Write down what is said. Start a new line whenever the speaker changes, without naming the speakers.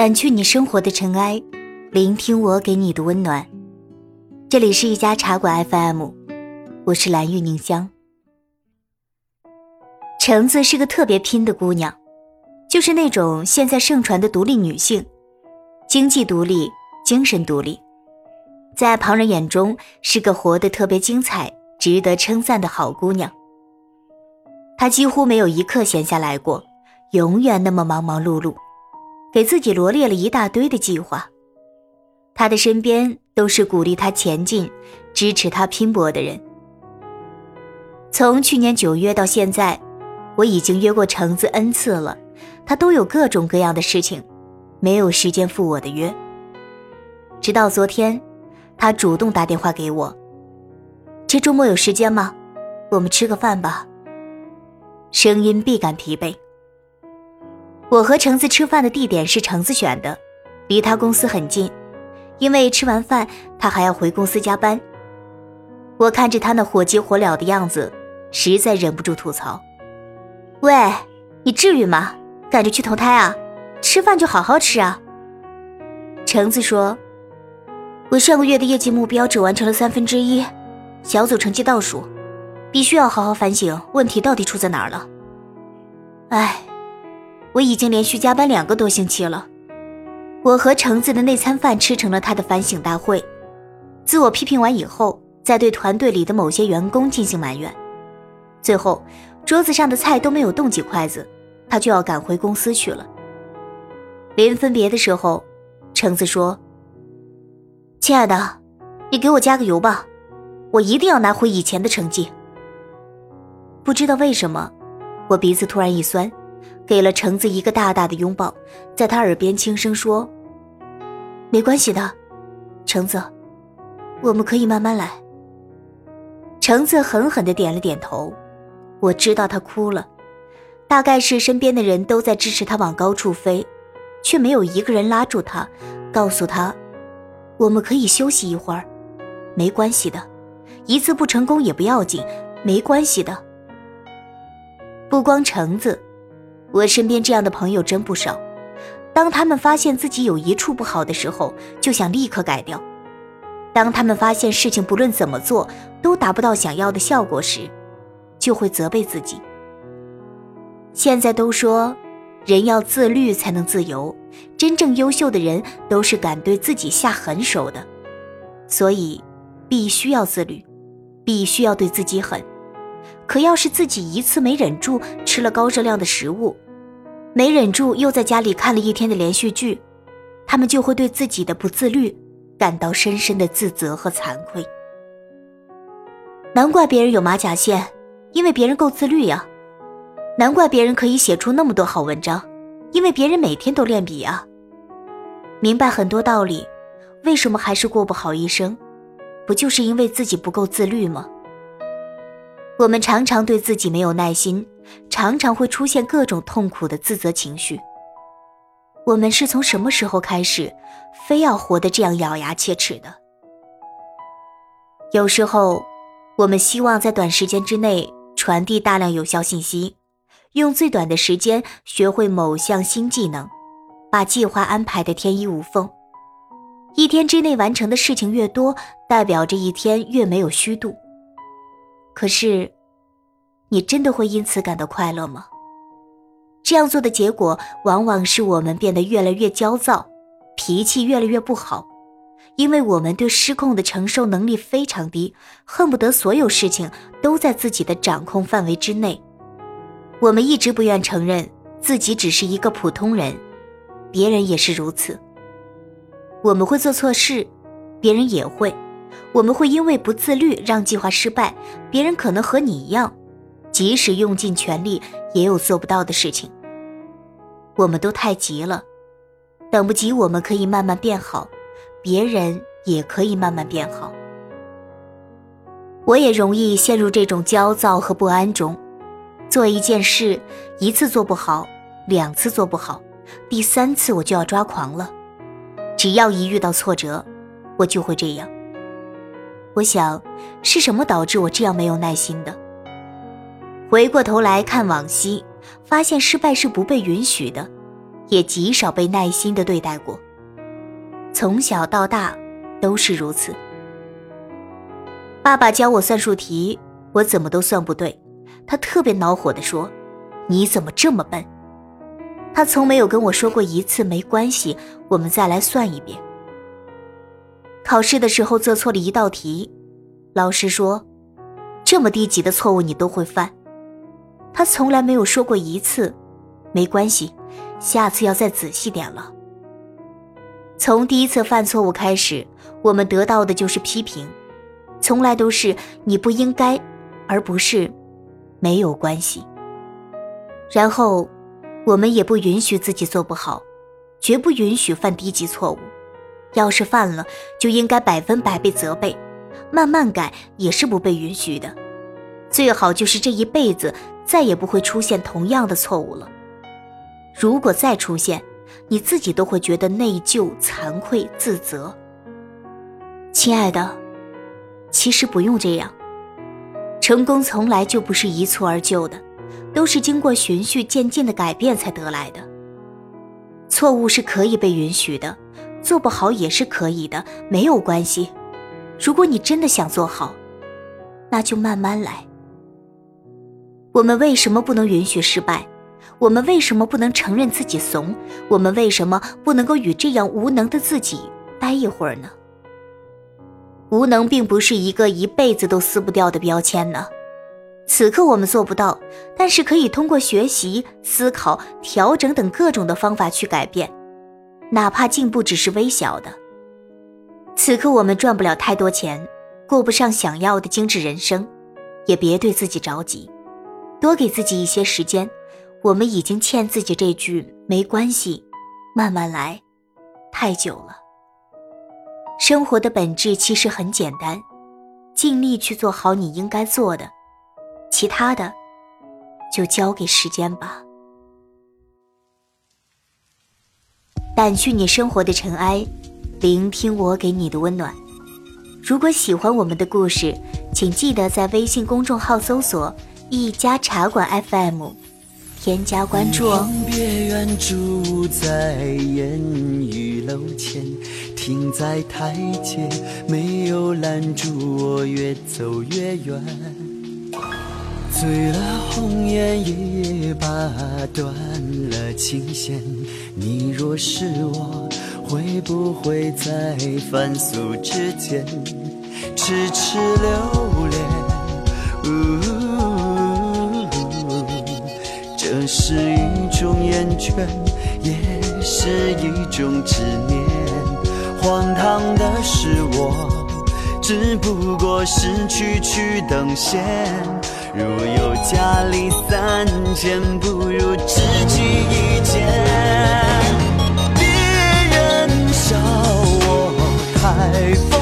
掸去你生活的尘埃，聆听我给你的温暖。这里是一家茶馆 FM， 我是蓝玉宁香。橙子是个特别拼的姑娘，就是那种现在盛传的独立女性，经济独立，精神独立，在旁人眼中是个活得特别精彩，值得称赞的好姑娘。她几乎没有一刻闲下来过，永远那么忙忙碌碌，给自己罗列了一大堆的计划。她的身边都是鼓励她前进，支持她拼搏的人。从去年9月到现在，我已经约过橙子 N 次了，她都有各种各样的事情，没有时间赴我的约。直到昨天，她主动打电话给我，这周末有时间吗？我们吃个饭吧。声音必感疲惫。我和橙子吃饭的地点是橙子选的，离她公司很近，因为吃完饭她还要回公司加班。我看着她那火急火燎的样子，实在忍不住吐槽，喂，你至于吗？赶着去投胎啊？吃饭就好好吃啊。橙子说，我上个月的业绩目标只完成了1/3，小组成绩倒数，必须要好好反省问题到底出在哪儿了。唉，我已经连续加班2个多星期了。我和橙子的那餐饭吃成了他的反省大会，自我批评完以后，再对团队里的某些员工进行埋怨。最后桌子上的菜都没有动几筷子，他就要赶回公司去了。临分别的时候，橙子说，亲爱的，你给我加个油吧，我一定要拿回以前的成绩。不知道为什么，我鼻子突然一酸，给了橙子一个大大的拥抱，在他耳边轻声说，没关系的，橙子，我们可以慢慢来。橙子狠狠地点了点头，我知道他哭了，大概是身边的人都在支持他往高处飞，却没有一个人拉住他，告诉他，我们可以休息一会儿，没关系的，一次不成功也不要紧，没关系的。不光橙子，我身边这样的朋友真不少，当他们发现自己有一处不好的时候，就想立刻改掉。当他们发现事情不论怎么做都达不到想要的效果时，就会责备自己。现在都说人要自律才能自由，真正优秀的人都是敢对自己下狠手的，所以必须要自律，必须要对自己狠。可要是自己一次没忍住吃了高热量的食物，没忍住又在家里看了一天的连续剧，他们就会对自己的不自律感到深深的自责和惭愧。难怪别人有马甲线，因为别人够自律呀。难怪别人可以写出那么多好文章，因为别人每天都练笔啊。明白很多道理，为什么还是过不好一生？不就是因为自己不够自律吗？我们常常对自己没有耐心，常常会出现各种痛苦的自责情绪。我们是从什么时候开始非要活得这样咬牙切齿的？有时候我们希望在短时间之内传递大量有效信息，用最短的时间学会某项新技能，把计划安排得天衣无缝。一天之内完成的事情越多，代表着一天越没有虚度。可是你真的会因此感到快乐吗？这样做的结果往往是我们变得越来越焦躁，脾气越来越不好，因为我们对失控的承受能力非常低，恨不得所有事情都在自己的掌控范围之内。我们一直不愿承认自己只是一个普通人，别人也是如此。我们会做错事，别人也会。我们会因为不自律让计划失败，别人可能和你一样，即使用尽全力也有做不到的事情。我们都太急了，等不及我们可以慢慢变好，别人也可以慢慢变好。我也容易陷入这种焦躁和不安中，做一件事1次做不好，2次做不好，第3次我就要抓狂了。只要一遇到挫折，我就会这样。我想，是什么导致我这样没有耐心的？回过头来看往昔，发现失败是不被允许的， 也极少被耐心地对待过。从小到大都是如此。爸爸教我算术题，我怎么都算不对，他特别恼火地说：“你怎么这么笨？”他从没有跟我说过一次没关系，我们再来算一遍。考试的时候做错了一道题，老师说：“这么低级的错误你都会犯。”他从来没有说过一次没关系，下次要再仔细点了。从第一次犯错误开始，我们得到的就是批评，从来都是你不应该，而不是没有关系。然后我们也不允许自己做不好，绝不允许犯低级错误，要是犯了就应该100%被责备，慢慢改也是不被允许的。最好就是这一辈子再也不会出现同样的错误了。如果再出现，你自己都会觉得内疚、惭愧、自责。亲爱的，其实不用这样，成功从来就不是一蹴而就的，都是经过循序渐进的改变才得来的。错误是可以被允许的，做不好也是可以的，没有关系。如果你真的想做好，那就慢慢来。我们为什么不能允许失败？我们为什么不能承认自己怂？我们为什么不能够与这样无能的自己待一会儿呢？无能并不是一个一辈子都撕不掉的标签呢。此刻我们做不到，但是可以通过学习、思考、调整等各种的方法去改变，哪怕进步只是微小的。此刻我们赚不了太多钱，过不上想要的精致人生，也别对自己着急，多给自己一些时间。我们已经欠自己这句没关系，慢慢来太久了。生活的本质其实很简单，尽力去做好你应该做的，其他的就交给时间吧。掸去你生活的尘埃，聆听我给你的温暖。如果喜欢我们的故事，请记得在微信公众号搜索一家茶馆 FM，添加关注哦。
别远住在烟雨楼前，停在台阶，没有拦住我越走越远。醉了红颜也把断了琴弦，你若是我，会不会在凡俗之间痴痴留恋？这是一种厌倦，也是一种执念。荒唐的是我，只不过是区区等闲。如有家里3000，不如知己一见。别人笑我太